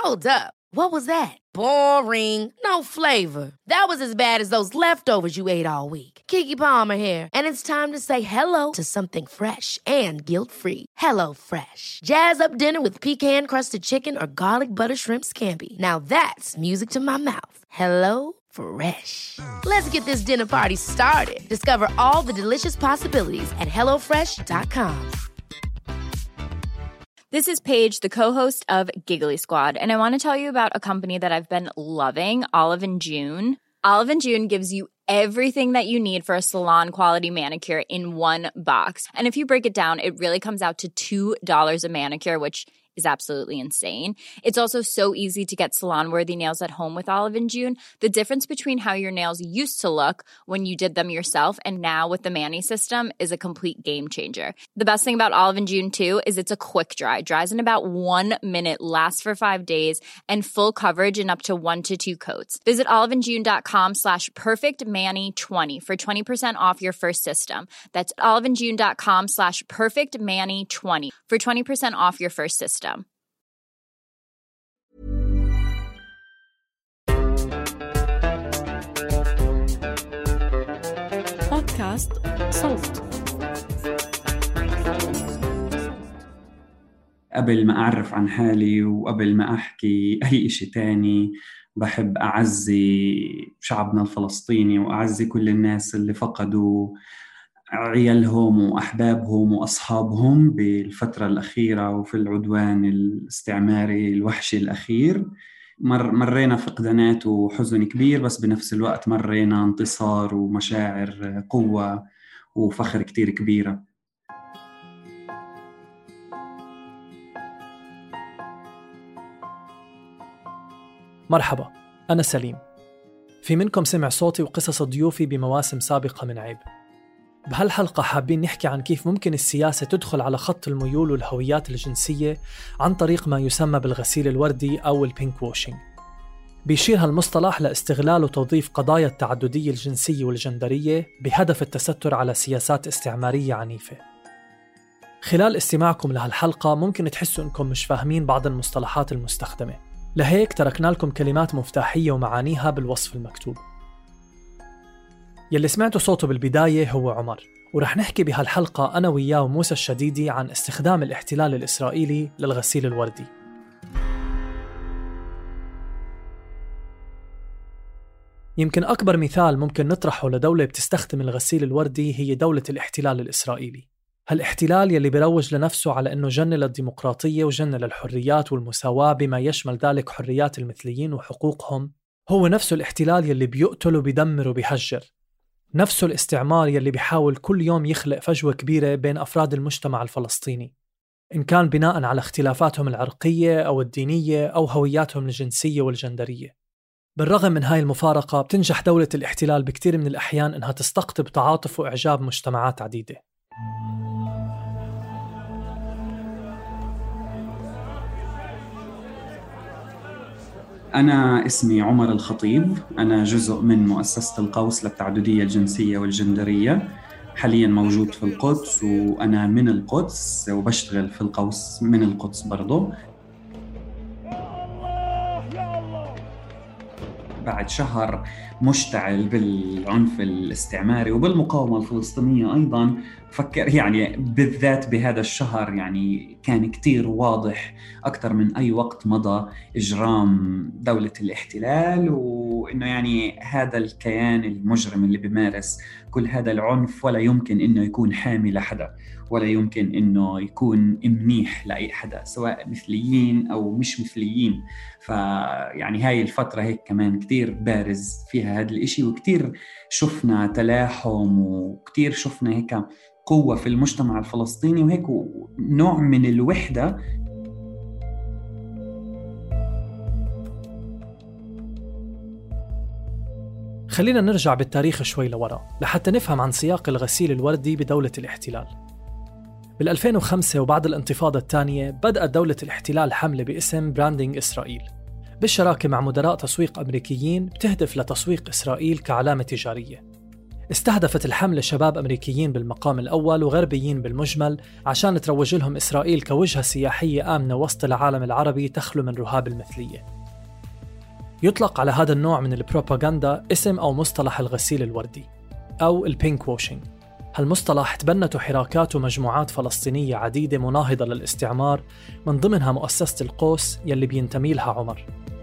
Hold up. What was that? Boring. No flavor. That was as bad as those leftovers you ate all week. Keke Palmer here, and it's time to say hello to something fresh and guilt-free. Hello Fresh. Jazz up dinner with pecan-crusted chicken or garlic butter shrimp scampi. Now that's music to my mouth. Hello Fresh. Let's get this dinner party started. Discover all the delicious possibilities at hellofresh.com. This is Paige, the co-host of Giggly Squad, and I want to tell you about a company that I've been loving, Olive & June. Olive & June gives you everything that you need for a salon-quality manicure in one box. And if you break it down, it really comes out to $2 a manicure, which is absolutely insane. It's also so easy to get salon-worthy nails at home with Olive & June. The difference between how your nails used to look when you did them yourself and now with the Mani system is a complete game changer. The best thing about Olive & June, too, is it's a quick dry. Dries in about 1 minute, lasts for 5 days, and full coverage in up to 1 to 2 coats. Visit oliveandjune.com/perfectmani20 for 20% off your first system. That's oliveandjune.com/perfectmani20 for 20% off your first system. بودكاست صوت. قبل ما أعرف عن حالي وقبل ما أحكي أي إشي تاني، بحب أعزي شعبنا الفلسطيني وأعزي كل الناس اللي فقدوا عيالهم وأحبابهم وأصحابهم بالفترة الأخيرة وفي العدوان الاستعماري الوحشي الأخير. مرينا فقدانات وحزن كبير، بس بنفس الوقت مرينا انتصار ومشاعر قوة وفخر كتير كبيرة. مرحبا، أنا سليم. في منكم سمع صوتي وقصص ضيوفي بمواسم سابقة من عيب. بهالحلقة حابين نحكي عن كيف ممكن السياسة تدخل على خط الميول والهويات الجنسية عن طريق ما يسمى بالغسيل الوردي أو البينك ووشينج. بيشير هالمصطلح لاستغلال وتوظيف قضايا التعددية الجنسية والجندرية بهدف التستر على سياسات استعمارية عنيفة. خلال استماعكم لهالحلقة ممكن تحسوا إنكم مش فاهمين بعض المصطلحات المستخدمة، لهيك تركنا لكم كلمات مفتاحية ومعانيها بالوصف المكتوب. يلي سمعتوا صوته بالبداية هو عمر، ورح نحكي بهالحلقة أنا وياه وموسى الشديدي عن استخدام الاحتلال الإسرائيلي للغسيل الوردي. يمكن أكبر مثال ممكن نطرحه لدولة بتستخدم الغسيل الوردي هي دولة الاحتلال الإسرائيلي. هالاحتلال يلي بيروج لنفسه على أنه جنة للديمقراطية وجنة للحريات والمساواة بما يشمل ذلك حريات المثليين وحقوقهم، هو نفسه الاحتلال يلي بيقتل وبيدمر وبيهجر، نفسه الاستعمار يلي بيحاول كل يوم يخلق فجوة كبيرة بين أفراد المجتمع الفلسطيني، إن كان بناء على اختلافاتهم العرقية أو الدينية أو هوياتهم الجنسية والجندرية. بالرغم من هاي المفارقة، بتنجح دولة الاحتلال بكتير من الأحيان إنها تستقطب تعاطف وإعجاب مجتمعات عديدة. أنا اسمي عمر الخطيب، أنا جزء من مؤسسة القوس للتعددية الجنسية والجندرية، حالياً موجود في القدس، وأنا من القدس وبشتغل في القوس من القدس برضو. بعد شهر مشتعل بالعنف الاستعماري وبالمقاومة الفلسطينية أيضاً، فكر يعني بالذات بهذا الشهر يعني كان كتير واضح أكثر من أي وقت مضى إجرام دولة الاحتلال، وإنه يعني هذا الكيان المجرم اللي بيمارس كل هذا العنف ولا يمكن إنه يكون حامي لحدا، ولا يمكن إنه يكون منيح لأي حدا سواء مثليين أو مش مثليين. فيعني هاي الفترة هيك كمان كتير بارز فيها هذا الإشي، وكتير شفنا تلاحم وكتير شفنا هيك قوة في المجتمع الفلسطيني وهيك نوع من الوحدة. خلينا نرجع بالتاريخ شوي لورا لحتى نفهم عن سياق الغسيل الوردي بدولة الاحتلال. بال2005 وبعد الانتفاضة الثانية بدأت دولة الاحتلال حملة باسم براندينج إسرائيل بالشراكة مع مدراء تسويق أمريكيين بتهدف لتسويق إسرائيل كعلامة تجارية. استهدفت الحملة شباب أمريكيين بالمقام الأول وغربيين بالمجمل عشان تروج لهم إسرائيل كوجهة سياحية آمنة وسط العالم العربي تخلو من رهاب المثلية. يطلق على هذا النوع من البروباغندا اسم أو مصطلح الغسيل الوردي أو البينك ووشينج. هالمصطلح تبنته حراكات ومجموعات فلسطينية عديدة مناهضة للاستعمار، من ضمنها مؤسسة القوس يلي بينتمي لها عمر.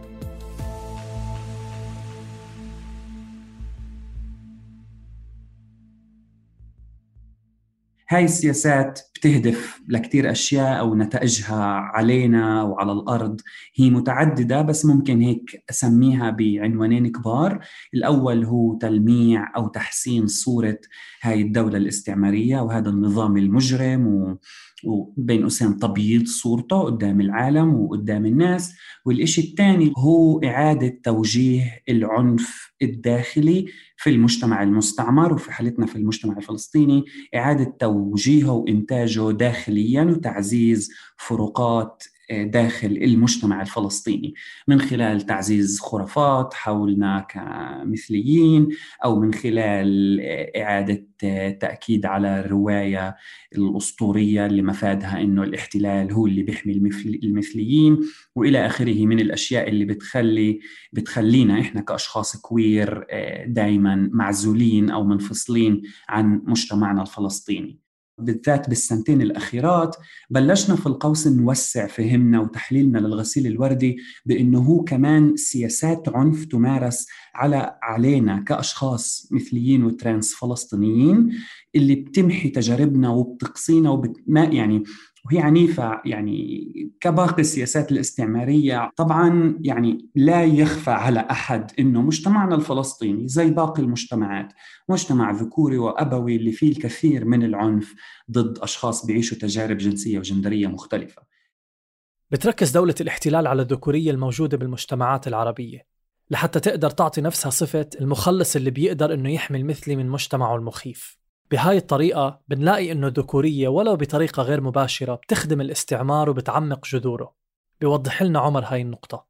هاي السياسات بتهدف لكتير أشياء أو نتائجها علينا وعلى الأرض هي متعددة، بس ممكن هيك أسميها بعنوانين كبار. الأول هو تلميع أو تحسين صورة هاي الدولة الاستعمارية وهذا النظام المجرم وبين قوسين تبييض صورته قدام العالم وقدام الناس. والإشي الثاني هو إعادة توجيه العنف الداخلي في المجتمع المستعمر، وفي حالتنا في المجتمع الفلسطيني إعادة توجيهه وإنتاجه داخلياً وتعزيز فروقات داخل المجتمع الفلسطيني من خلال تعزيز خرافات حولنا كمثليين، أو من خلال إعادة تأكيد على الرواية الأسطورية اللي مفادها إنه الاحتلال هو اللي بيحمي المثليين وإلى آخره من الأشياء اللي بتخلينا إحنا كأشخاص كوير دايماً معزولين أو منفصلين عن مجتمعنا الفلسطيني. بالذات بالسنتين الأخيرات بلشنا في القوس نوسع فهمنا وتحليلنا للغسيل الوردي بأنه هو كمان سياسات عنف تمارس علينا كأشخاص مثليين وترانس فلسطينيين اللي بتمحي تجاربنا وبتقصينا وهي عنيفة كباقي السياسات الاستعمارية. طبعاً لا يخفى على أحد إنه مجتمعنا الفلسطيني زي باقي المجتمعات مجتمع ذكوري وأبوي اللي فيه الكثير من العنف ضد أشخاص بيعيشوا تجارب جنسية وجندرية مختلفة. بتركز دولة الاحتلال على الذكورية الموجودة بالمجتمعات العربية لحتى تقدر تعطي نفسها صفة المخلص اللي بيقدر إنه يحمي المثلي من مجتمعه المخيف. بهاي الطريقة بنلاقي إنه الذكورية ولو بطريقة غير مباشرة بتخدم الاستعمار وبتعمق جذوره. بيوضح لنا عمر هاي النقطة.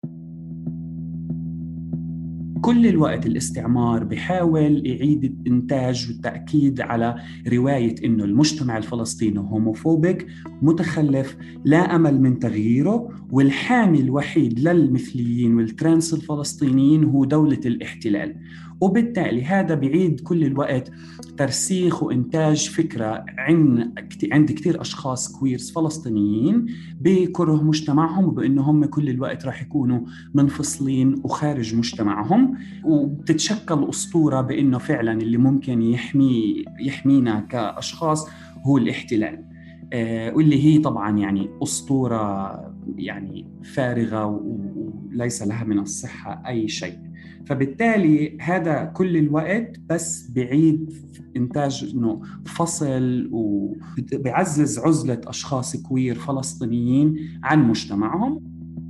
كل الوقت الاستعمار بيحاول يعيد الإنتاج والتأكيد على رواية إنه المجتمع الفلسطيني هوموفوبيك متخلف لا أمل من تغييره، والحامي الوحيد للمثليين والترانس الفلسطينيين هو دولة الاحتلال. وبالتالي هذا بيعيد كل الوقت ترسيخ وإنتاج فكرة عند كتير أشخاص كويرز فلسطينيين بكره مجتمعهم وبأنهم كل الوقت راح يكونوا منفصلين وخارج مجتمعهم، وبتتشكل أسطورة بأنه فعلا اللي ممكن يحمينا كأشخاص هو الاحتلال، واللي هي طبعا أسطورة فارغة وليس لها من الصحة أي شيء. فبالتالي هذا كل الوقت بس بعيد إنتاج إنه فصل وبيعزز عزلة أشخاص كوير فلسطينيين عن مجتمعهم.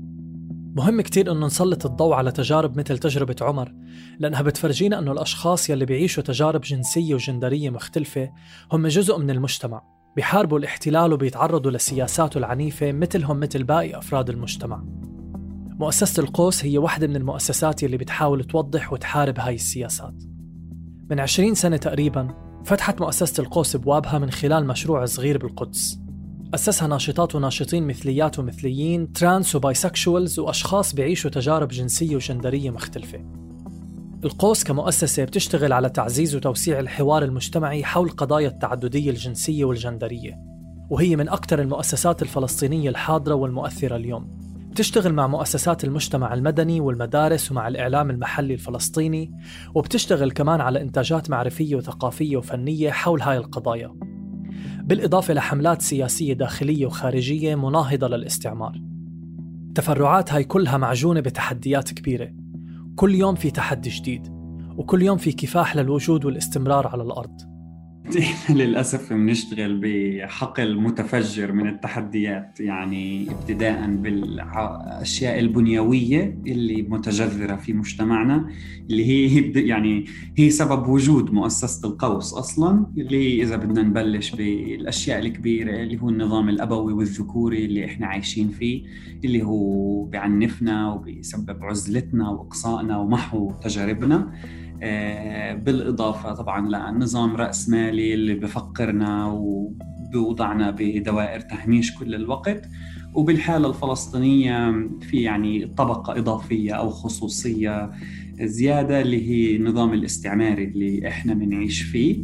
مهم كتير إنه نسلط الضوء على تجارب مثل تجربة عمر، لأنها بتفرجينا إنه الأشخاص يلي بيعيشوا تجارب جنسية وجندرية مختلفة هم جزء من المجتمع، بيحاربوا الاحتلال وبيتعرضوا لسياساته العنيفة مثل باقي أفراد المجتمع. مؤسسة القوس هي واحدة من المؤسسات اللي بتحاول توضح وتحارب هاي السياسات. من 20 سنة تقريباً فتحت مؤسسة القوس بوابها من خلال مشروع صغير بالقدس. أسسها ناشطات وناشطين مثليات ومثليين، ترانس وبايسكشوالز وأشخاص بيعيشوا تجارب جنسية وجندرية مختلفة. القوس كمؤسسة بتشتغل على تعزيز وتوسيع الحوار المجتمعي حول قضايا التعددية الجنسية والجندرية، وهي من أكثر المؤسسات الفلسطينية الحاضرة والمؤثرة اليوم. بتشتغل مع مؤسسات المجتمع المدني والمدارس ومع الإعلام المحلي الفلسطيني، وبتشتغل كمان على إنتاجات معرفية وثقافية وفنية حول هاي القضايا، بالإضافة لحملات سياسية داخلية وخارجية مناهضة للاستعمار. تفرعات هاي كلها معجونة بتحديات كبيرة، كل يوم في تحدي جديد، وكل يوم في كفاح للوجود والاستمرار على الأرض. للأسف بنشتغل بحقل متفجر من التحديات، ابتداء بالأشياء البنيوية اللي متجذرة في مجتمعنا، اللي هي سبب وجود مؤسسة القوس أصلاً، اللي إذا بدنا نبلش بالأشياء الكبيرة اللي هو النظام الأبوي والذكوري اللي إحنا عايشين فيه، اللي هو بيعنفنا وبيسبب عزلتنا وإقصائنا ومحو تجاربنا. بالإضافة طبعا لنظام رأسمالي اللي بفقرنا وبوضعنا بدوائر تهميش كل الوقت. وبالحالة الفلسطينية في يعني طبقة إضافية أو خصوصية زيادة اللي هي النظام الاستعماري اللي إحنا بنعيش فيه.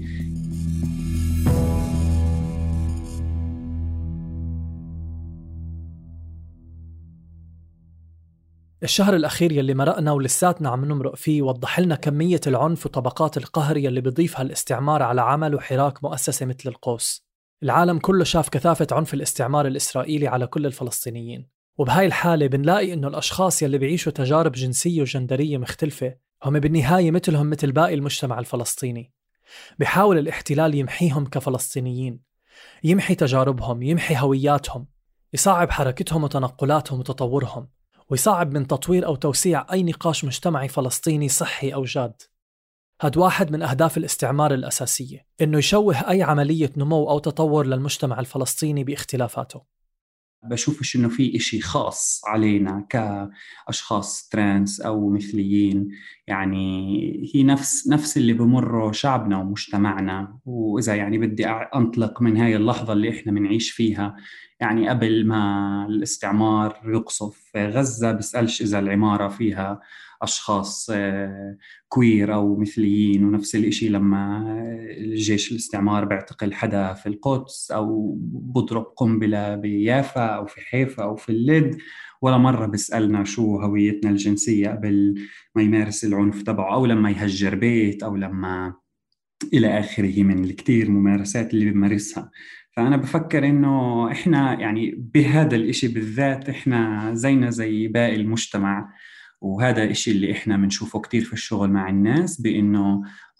الشهر الأخير يلي مرقنا ولساتنا عم نمرق فيه وضح لنا كمية العنف وطبقات القهر يلي بيضيفها الاستعمار على عمل وحراك مؤسسة مثل القوس. العالم كله شاف كثافة عنف الاستعمار الإسرائيلي على كل الفلسطينيين، وبهاي الحالة بنلاقي إنه الأشخاص يلي بيعيشوا تجارب جنسية وجندرية مختلفة هم بالنهاية مثلهم مثل باقي المجتمع الفلسطيني. بيحاول الاحتلال يمحيهم كفلسطينيين، يمحي تجاربهم، يمحي هوياتهم، يصعب حركتهم وتنقلاتهم وتطورهم، ويصعب من تطوير أو توسيع أي نقاش مجتمعي فلسطيني صحي أو جاد. هاد واحد من أهداف الاستعمار الأساسية، إنه يشوه أي عملية نمو أو تطور للمجتمع الفلسطيني باختلافاته. بشوفش إنه في إشي خاص علينا كأشخاص ترانس أو مثليين، يعني هي نفس اللي بمره شعبنا ومجتمعنا. وإذا يعني بدي أنطلق من هاي اللحظة اللي إحنا بنعيش فيها، يعني قبل ما الاستعمار يقصف غزة بسألش إذا العمارة فيها أشخاص كوير أو مثليين، ونفس الإشي لما الجيش الاستعمار بيعتقل حدا في القدس أو بضرب قنبلة بيافا أو في حيفا أو في اللد، ولا مرة بسألنا شو هويتنا الجنسية قبل ما يمارس العنف تبعه، أو لما يهجر بيت، أو لما إلى آخره من الكتير ممارسات اللي بمارسها. فأنا بفكر إنه إحنا يعني بهذا الإشي بالذات إحنا زينا زي باقي المجتمع. وهذا الإشي اللي إحنا بنشوفه كتير في الشغل مع الناس، بإنه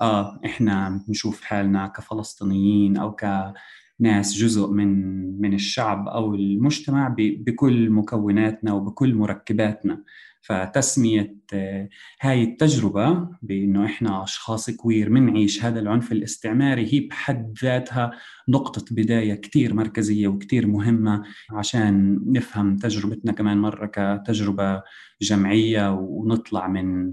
إحنا بنشوف حالنا كفلسطينيين أو كناس جزء من الشعب أو المجتمع بكل مكوناتنا وبكل مركباتنا. فتسمية هاي التجربة بأنه إحنا أشخاص كوير منعيش هذا العنف الاستعماري هي بحد ذاتها نقطة بداية كتير مركزية وكتير مهمة عشان نفهم تجربتنا كمان مرة كتجربة جمعية، ونطلع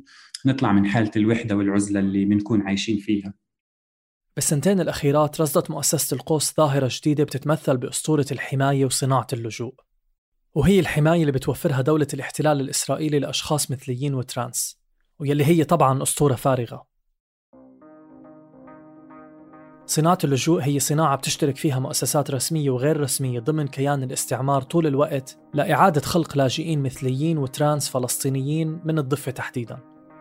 من حالة الوحدة والعزلة اللي بنكون عايشين فيها. بالسنتين الأخيرات رصدت مؤسسة القوس ظاهرة جديدة بتتمثل بأسطورة الحماية وصناعة اللجوء، وهي الحماية اللي بتوفرها دولة الاحتلال الإسرائيلي لأشخاص مثليين وترانس، ويلي هي طبعاً أسطورة فارغة. صناعة اللجوء هي صناعة بتشترك فيها مؤسسات رسمية وغير رسمية ضمن كيان الاستعمار طول الوقت لإعادة خلق لاجئين مثليين وترانس فلسطينيين من الضفة تحديداً.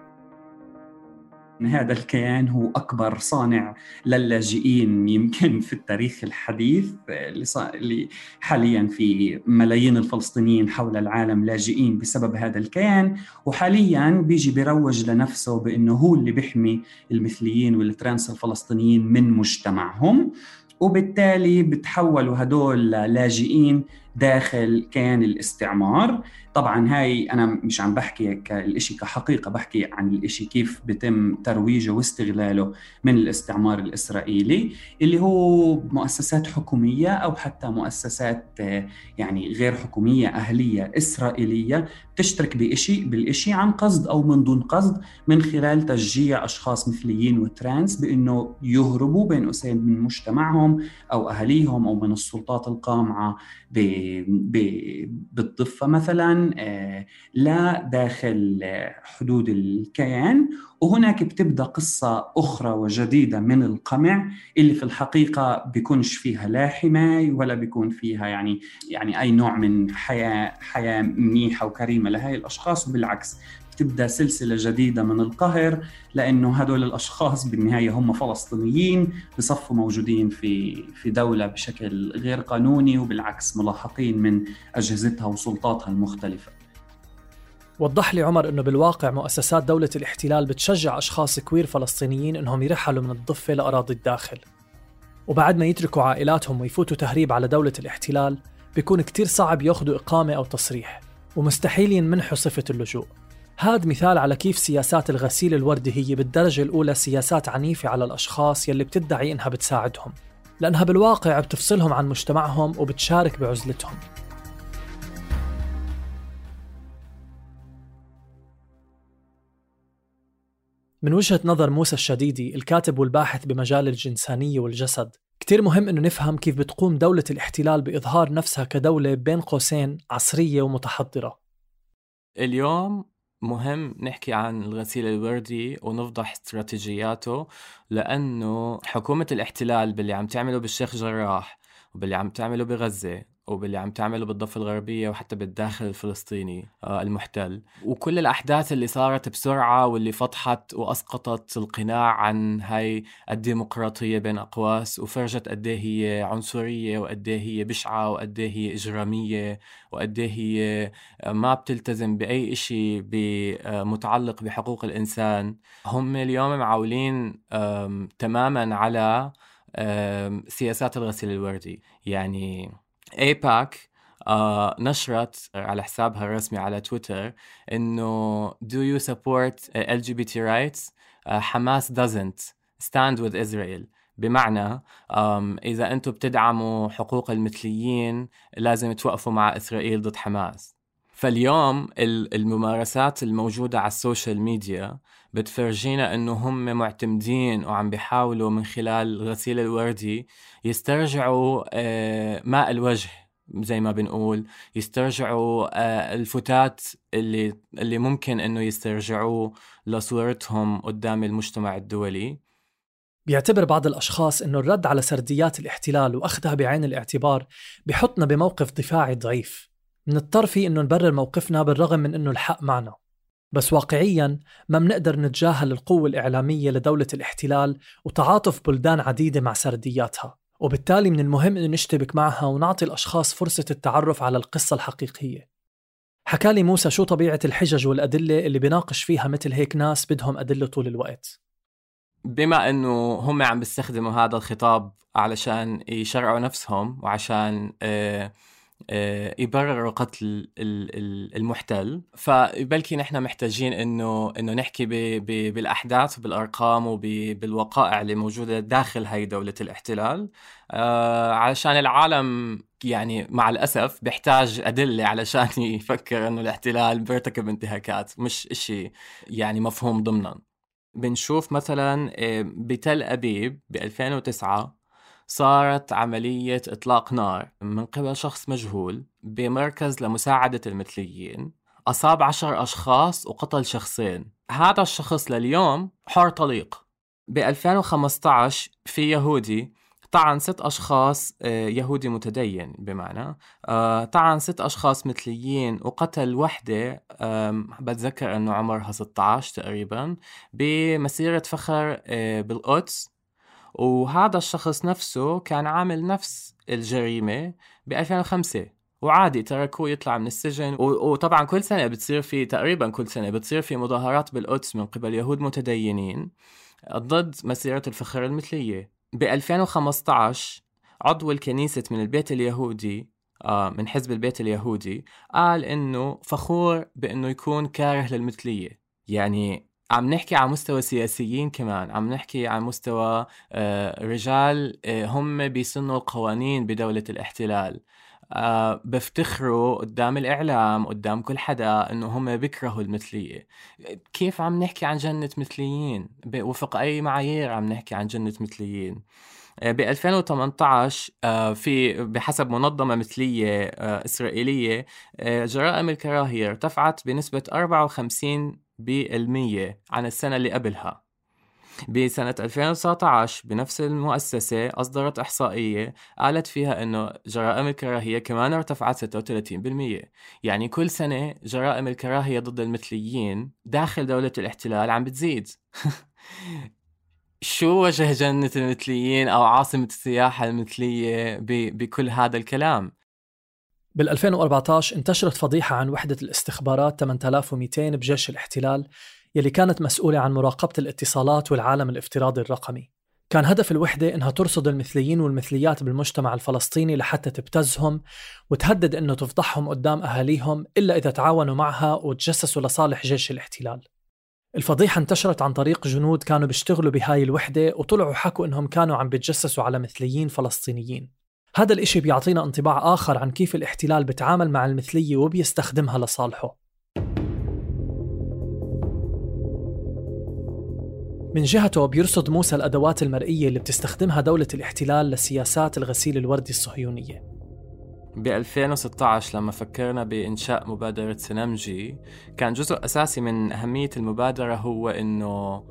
هذا الكيان هو أكبر صانع للاجئين يمكن في التاريخ الحديث، اللي حالياً في ملايين الفلسطينيين حول العالم لاجئين بسبب هذا الكيان. وحالياً بيجي بيروج لنفسه بأنه هو اللي بيحمي المثليين والترانس الفلسطينيين من مجتمعهم، وبالتالي بتحولوا هدول لاجئين داخل كيان الاستعمار. طبعا هاي أنا مش عم بحكي كالإشي كحقيقة، بحكي عن الإشي كيف بتم ترويجه واستغلاله من الاستعمار الإسرائيلي، اللي هو مؤسسات حكومية أو حتى مؤسسات يعني غير حكومية أهلية إسرائيلية تشترك بالإشي عن قصد أو من دون قصد، من خلال تشجيع أشخاص مثليين وترانس بأنه يهربوا بين قوسين من مجتمعهم أو أهليهم أو من السلطات القامعة بالضفة مثلاً لا داخل حدود الكيان. وهناك بتبدأ قصة أخرى وجديدة من القمع اللي في الحقيقة بيكونش فيها لا حماية ولا بيكون فيها يعني أي نوع من حياة منيحة وكريمة لهذه الأشخاص، وبالعكس تبدأ سلسلة جديدة من القهر، لأنه هدول الأشخاص بالنهاية هم فلسطينيين بصفوا موجودين في دولة بشكل غير قانوني، وبالعكس ملاحقين من أجهزتها وسلطاتها المختلفة. وضح لي عمر أنه بالواقع مؤسسات دولة الاحتلال بتشجع أشخاص كوير فلسطينيين أنهم يرحلوا من الضفة لأراضي الداخل، وبعد ما يتركوا عائلاتهم ويفوتوا تهريب على دولة الاحتلال بيكون كتير صعب ياخدوا إقامة أو تصريح، ومستحيل ينمنحوا صفة اللجوء. هذا مثال على كيف سياسات الغسيل الوردي هي بالدرجة الأولى سياسات عنيفة على الأشخاص يلي بتدعي إنها بتساعدهم، لأنها بالواقع بتفصلهم عن مجتمعهم وبتشارك بعزلتهم. من وجهة نظر موسى الشديدي الكاتب والباحث بمجال الجنسانية والجسد، كتير مهم إنه نفهم كيف بتقوم دولة الاحتلال بإظهار نفسها كدولة بين قوسين عصرية ومتحضرة. اليوم مهم نحكي عن الغسيل الوردي ونفضح استراتيجياته، لأنه حكومة الاحتلال باللي عم تعمله بالشيخ جراح وباللي عم تعمله بغزة وباللي عم تعمله بالضفة الغربية وحتى بالداخل الفلسطيني المحتل، وكل الأحداث اللي صارت بسرعة واللي فضحت وأسقطت القناع عن هاي الديمقراطية بين أقواس، وفرجت قديه هي عنصرية وقديه هي بشعة وقديه هي إجرامية وقديه هي ما بتلتزم بأي إشي متعلق بحقوق الإنسان. هم اليوم معولين تماما على سياسات الغسيل الوردي. يعني ايباك نشرت على حسابها الرسمي على تويتر إنه Do you support LGBT rights? Hamas doesn't stand with Israel. بمعنى إذا أنتم بتدعموا حقوق المثليين لازم توقفوا مع إسرائيل ضد حماس. فاليوم الممارسات الموجودة على السوشيال ميديا بتفرجينا إنه هم معتمدين وعم بيحاولوا من خلال الغسيل الوردي يسترجعوا ماء الوجه، زي ما بنقول، يسترجعوا الفتات اللي ممكن إنه يسترجعوه لصورتهم قدام المجتمع الدولي. بيعتبر بعض الأشخاص إنه الرد على سرديات الاحتلال وأخذها بعين الاعتبار بيحطنا بموقف دفاعي ضعيف، نضطر فيه إنه نبرر موقفنا بالرغم من إنه الحق معنا. بس واقعياً ما منقدر نتجاهل القوة الإعلامية لدولة الاحتلال وتعاطف بلدان عديدة مع سردياتها، وبالتالي من المهم إنه نشتبك معها ونعطي الأشخاص فرصة التعرف على القصة الحقيقية. حكالي موسى شو طبيعة الحجج والأدلة اللي بيناقش فيها مثل هيك ناس بدهم أدلة طول الوقت. بما أنه هم عم بيستخدموا هذا الخطاب علشان يشرعوا نفسهم وعشان يبرروا قتل المحتل، فبلكي نحن محتاجين إنه نحكي بالأحداث وبالأرقام وبالوقائع اللي موجودة داخل هاي دولة الاحتلال، علشان العالم يعني مع الأسف بيحتاج أدلة علشان يفكر إنه الاحتلال بيرتكب انتهاكات، مش إشي يعني مفهوم ضمنا. بنشوف مثلا بتل أبيب ب2009 صارت عملية إطلاق نار من قبل شخص مجهول بمركز لمساعدة المثليين، أصاب 10 أشخاص وقتل شخصين. هذا الشخص لليوم حر طليق. ب2015 في يهودي طعن 6 أشخاص، يهودي متدين بمعنى، طعن 6 أشخاص مثليين وقتل وحدة بتذكر أنه عمرها 16 تقريبا بمسيرة فخر بالقدس. وهذا الشخص نفسه كان عامل نفس الجريمة ب2005 وعادي تركوه يطلع من السجن. وطبعا كل سنة بتصير في تقريبا كل سنة بتصير في مظاهرات بالقدس من قبل يهود متدينين ضد مسيرة الفخر المثلية. ب2015 عضو الكنيسة من البيت اليهودي من حزب البيت اليهودي قال إنه فخور بإنه يكون كاره للمثلية. يعني عم نحكي على مستوى سياسيين، كمان عم نحكي على مستوى رجال هم بيسنوا القوانين بدولة الاحتلال، بفتخروا قدام الإعلام قدام كل حدا إنه هم بيكرهوا المثلية. كيف عم نحكي عن جنة مثليين؟ وفق أي معايير عم نحكي عن جنة مثليين؟ ب2018 في بحسب منظمة مثلية إسرائيلية جرائم الكراهية ارتفعت بنسبة 54% عن السنة اللي قبلها. بسنة 2019 بنفس المؤسسة أصدرت إحصائية قالت فيها أنه جرائم الكراهية كمان ارتفعت 36%. يعني كل سنة جرائم الكراهية ضد المثليين داخل دولة الاحتلال عم بتزيد. شو وجه جنة المثليين أو عاصمة السياحة المثلية بكل هذا الكلام؟ بال2014 انتشرت فضيحة عن وحدة الاستخبارات 8200 بجيش الاحتلال يلي كانت مسؤولة عن مراقبة الاتصالات والعالم الافتراضي الرقمي. كان هدف الوحدة إنها ترصد المثليين والمثليات بالمجتمع الفلسطيني لحتى تبتزهم وتهدد إنه تفضحهم قدام أهاليهم إلا إذا تعاونوا معها وتجسسوا لصالح جيش الاحتلال. الفضيحة انتشرت عن طريق جنود كانوا بيشتغلوا بهاي الوحدة وطلعوا حكوا إنهم كانوا عم بيتجسسوا على مثليين فلسطينيين. هذا الإشي بيعطينا انطباع آخر عن كيف الاحتلال بتعامل مع المثلية وبيستخدمها لصالحه. من جهته بيرصد موسى الأدوات المرئية اللي بتستخدمها دولة الاحتلال لسياسات الغسيل الوردي الصهيونية. ب 2016 لما فكرنا بإنشاء مبادرة سنمجي، كان جزء أساسي من أهمية المبادرة هو إنه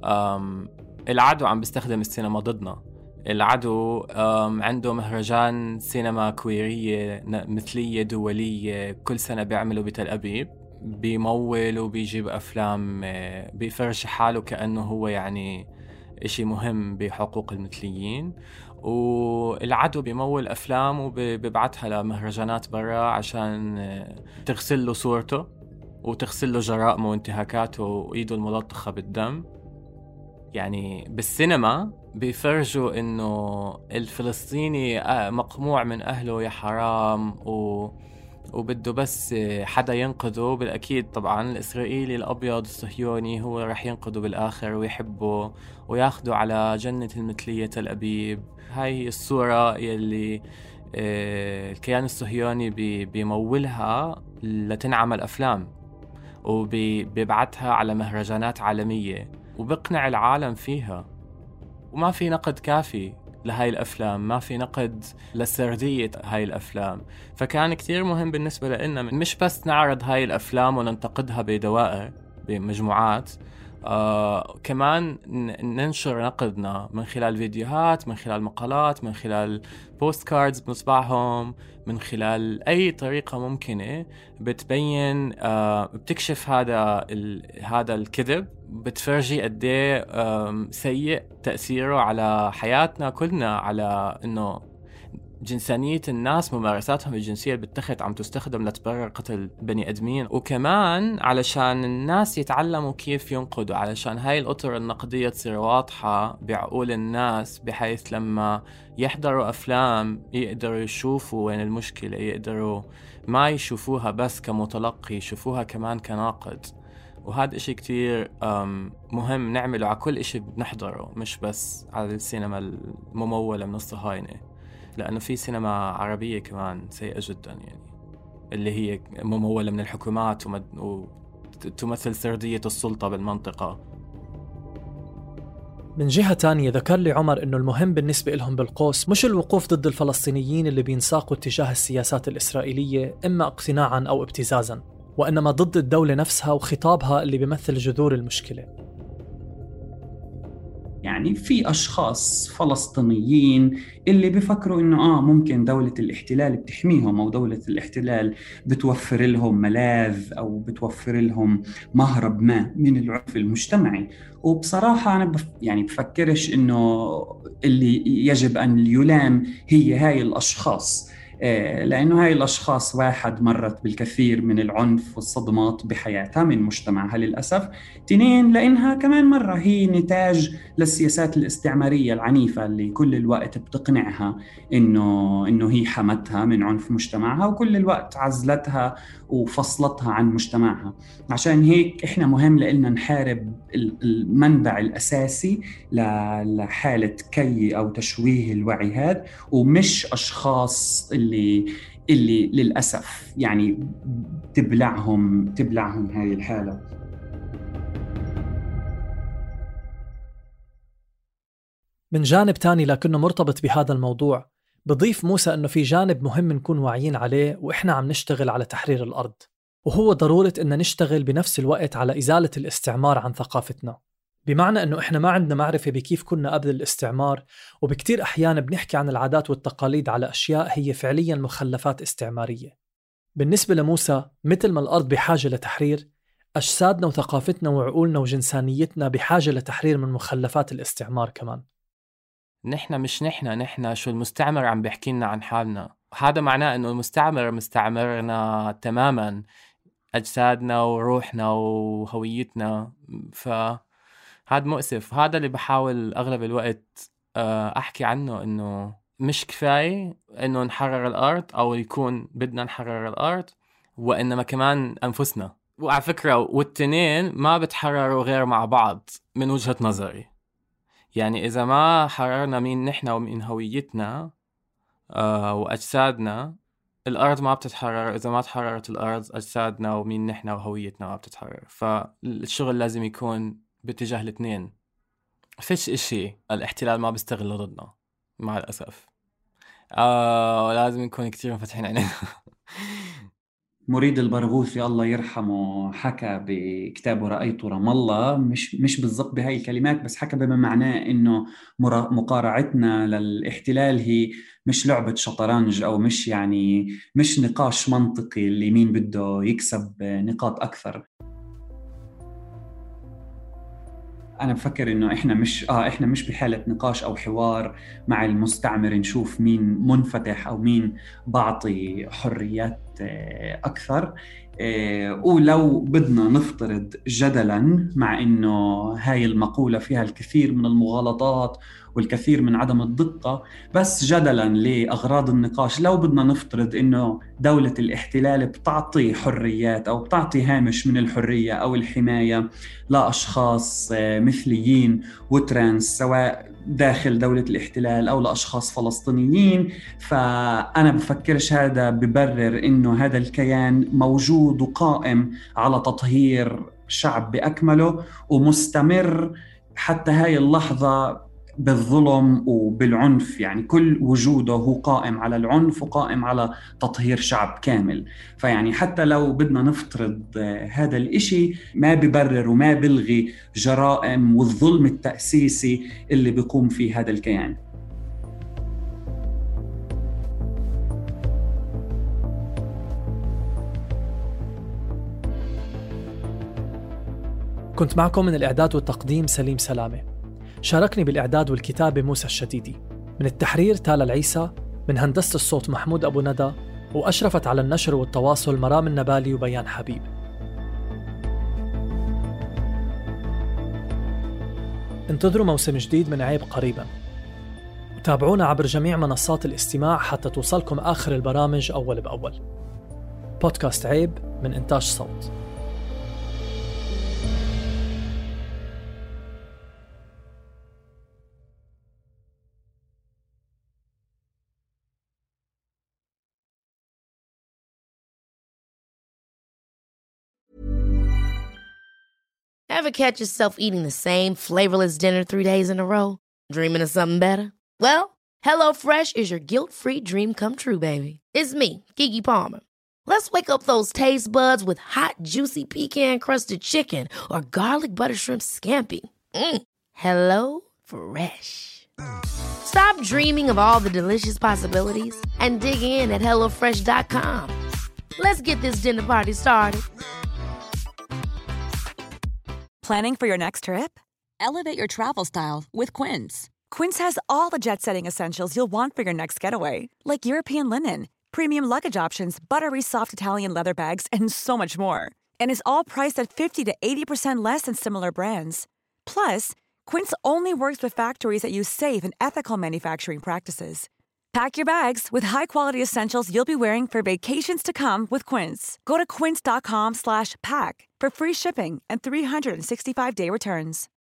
العدو عم بيستخدم السينما ضدنا. العدو عنده مهرجان سينما كويرية مثلية دولية كل سنة بيعملوا بتل أبيب، بيمول وبيجيب أفلام، بيفرش حاله كأنه هو يعني إشي مهم بحقوق المثليين، والعدو بيمول أفلام وبيبعتها لمهرجانات برا عشان تغسل له صورته وتغسل له جرائمه وانتهاكاته وإيده الملطخة بالدم. يعني بالسينما بيفرجوا إنه الفلسطيني مقموع من أهله يا حرام وبده بس حدا ينقذه. بالأكيد طبعا الإسرائيلي الأبيض الصهيوني هو رح ينقذه بالآخر ويحبه وياخده على جنة المثلية تل أبيب. هاي الصورة يلي الكيان الصهيوني بيمولها لتنعمل أفلام وبيبعتها على مهرجانات عالمية وبقنع العالم فيها. وما في نقد كافي لهاي الأفلام، ما في نقد لسردية هاي الأفلام. فكان كتير مهم بالنسبة لنا مش بس نعرض هاي الأفلام وننتقدها بدوائر بمجموعات، كمان ننشر نقدنا من خلال فيديوهات، من خلال مقالات، من خلال بوست كاردز بنطبعهم، من خلال أي طريقة ممكنة بتبين بتكشف هذا الكذب، بتفرجي قديه سيء تأثيره على حياتنا كلنا، على إنه جنسانية الناس، ممارساتهم الجنسية بالتخت عم تستخدم لتبرر قتل بني أدمين. وكمان علشان الناس يتعلموا كيف ينقدوا، علشان هاي الأطر النقدية تصير واضحة بعقول الناس، بحيث لما يحضروا أفلام يقدروا يشوفوا وين المشكلة، يقدروا ما يشوفوها بس كمتلقي، يشوفوها كمان كناقد. وهذا إشي كتير مهم نعمله على كل إشي بنحضره، مش بس على السينما الممولة من الصهاينة، لأنه في سينما عربية كمان سيئة جدا، يعني اللي هي ممولة من الحكومات وتمثل سردية السلطة بالمنطقة. من جهة تانية ذكر لي عمر إنه المهم بالنسبة لهم بالقوس مش الوقوف ضد الفلسطينيين اللي بينساقوا اتجاه السياسات الإسرائيلية إما اقتناعاً أو ابتزازاً، وإنما ضد الدولة نفسها وخطابها اللي بيمثل جذور المشكلة. يعني في أشخاص فلسطينيين اللي بيفكروا إنه ممكن دولة الاحتلال بتحميهم، أو دولة الاحتلال بتوفر لهم ملاذ أو بتوفر لهم مهرب ما من العنف المجتمعي. وبصراحة أنا يعني بفكرش إنه اللي يجب أن يلام هي هاي الأشخاص، لأنه هاي الأشخاص واحد مرت بالكثير من العنف والصدمات بحياتها من مجتمعها للأسف، اثنين لأنها كمان مرة هي نتاج للسياسات الاستعمارية العنيفة اللي كل الوقت بتقنعها إنه هي حمتها من عنف مجتمعها، وكل الوقت عزلتها وفصلتها عن مجتمعها. عشان هيك إحنا مهم لإلنا نحارب المنبع الأساسي لحالة كي أو تشويه الوعي هذا، ومش أشخاص اللي للأسف يعني تبلعهم هاي الحالة. من جانب تاني لكنه مرتبط بهذا الموضوع، بضيف موسى أنه في جانب مهم نكون واعيين عليه وإحنا عم نشتغل على تحرير الأرض، وهو ضرورة أن نشتغل بنفس الوقت على إزالة الاستعمار عن ثقافتنا. بمعنى أنه إحنا ما عندنا معرفة بكيف كنا قبل الاستعمار، وبكتير أحيان بنحكي عن العادات والتقاليد على أشياء هي فعلياً مخلفات استعمارية. بالنسبة لموسى، مثل ما الأرض بحاجة لتحرير، أجسادنا وثقافتنا وعقولنا وجنسانيتنا بحاجة لتحرير من مخلفات الاستعمار كمان. نحن شو المستعمر عم بيحكي لنا عن حالنا. هذا معناه انه المستعمر مستعمرنا تماما، اجسادنا وروحنا وهويتنا. فهذا مؤسف. هذا اللي بحاول اغلب الوقت احكي عنه، انه مش كفاية انه نحرر الارض او يكون بدنا نحرر الارض، وانما كمان انفسنا. وعلى فكرة والتنين ما بتحرروا غير مع بعض من وجهة نظري. يعني إذا ما حررنا مين نحن ومين هويتنا وأجسادنا، الأرض ما بتتحرر. إذا ما تحررت الأرض، أجسادنا ومين نحن وهويتنا ما بتتحرر. فالشغل لازم يكون باتجاه الاثنين. فيش إشي الاحتلال ما بيستغل ضدنا مع الأسف. لازم نكون كتير مفتحين عينينا. مريد البرغوثي الله يرحمه حكى بكتابه رأيت رام الله، مش بالضبط بهاي الكلمات، بس حكى بما معناه إنه مقارعتنا للاحتلال هي مش لعبة شطرنج، أو مش نقاش منطقي اللي مين بده يكسب نقاط أكثر. أنا بفكر إنه إحنا مش بحالة نقاش أو حوار مع المستعمر نشوف مين منفتح أو مين بعطي حريات أكثر. ولو بدنا نفترض جدلاً، مع إنه هاي المقولة فيها الكثير من المغالطات والكثير من عدم الدقة، بس جدلاً لأغراض النقاش، لو بدنا نفترض إنه دولة الاحتلال بتعطي حريات أو بتعطي هامش من الحرية أو الحماية لأشخاص مثليين وترانس، سواء داخل دولة الاحتلال أو لأشخاص فلسطينيين، فأنا بفكرش هذا ببرر إنه هذا الكيان موجود وقائم على تطهير شعب بأكمله ومستمر حتى هاي اللحظة بالظلم وبالعنف. يعني كل وجوده هو قائم على العنف وقائم على تطهير شعب كامل. فيعني حتى لو بدنا نفترض هذا الإشي، ما ببرر وما بلغي جرائم والظلم التأسيسي اللي بيقوم فيه هذا الكيان. كنت معكم من الإعداد والتقديم سليم سلامة. شاركني بالإعداد والكتابة موسى الشديدي، من التحرير تالا العيسى، من هندسة الصوت محمود أبو ندى، وأشرفت على النشر والتواصل مرام النبالي وبيان حبيب. انتظروا موسم جديد من عيب قريباً، وتابعونا عبر جميع منصات الاستماع حتى توصلكم آخر البرامج أول بأول. بودكاست عيب من إنتاج صوت. Ever catch yourself eating the same flavorless dinner 3 days in a row? Dreaming of something better? Well, HelloFresh is your guilt-free dream come true, baby. It's me, Keke Palmer. Let's wake up those taste buds with hot, juicy pecan-crusted chicken or garlic butter shrimp scampi. Hello Fresh. Stop dreaming of all the delicious possibilities and dig in at HelloFresh.com. Let's get this dinner party started. Planning for your next trip? Elevate your travel style with Quince. Quince has all the jet-setting essentials you'll want for your next getaway, like European linen, premium luggage options, buttery soft Italian leather bags, and so much more. And is all priced at 50 to 80% less than similar brands. Plus, Quince only works with factories that use safe and ethical manufacturing practices. Pack your bags with high-quality essentials you'll be wearing for vacations to come with Quince. Go to quince.com/pack for free shipping and 365-day returns.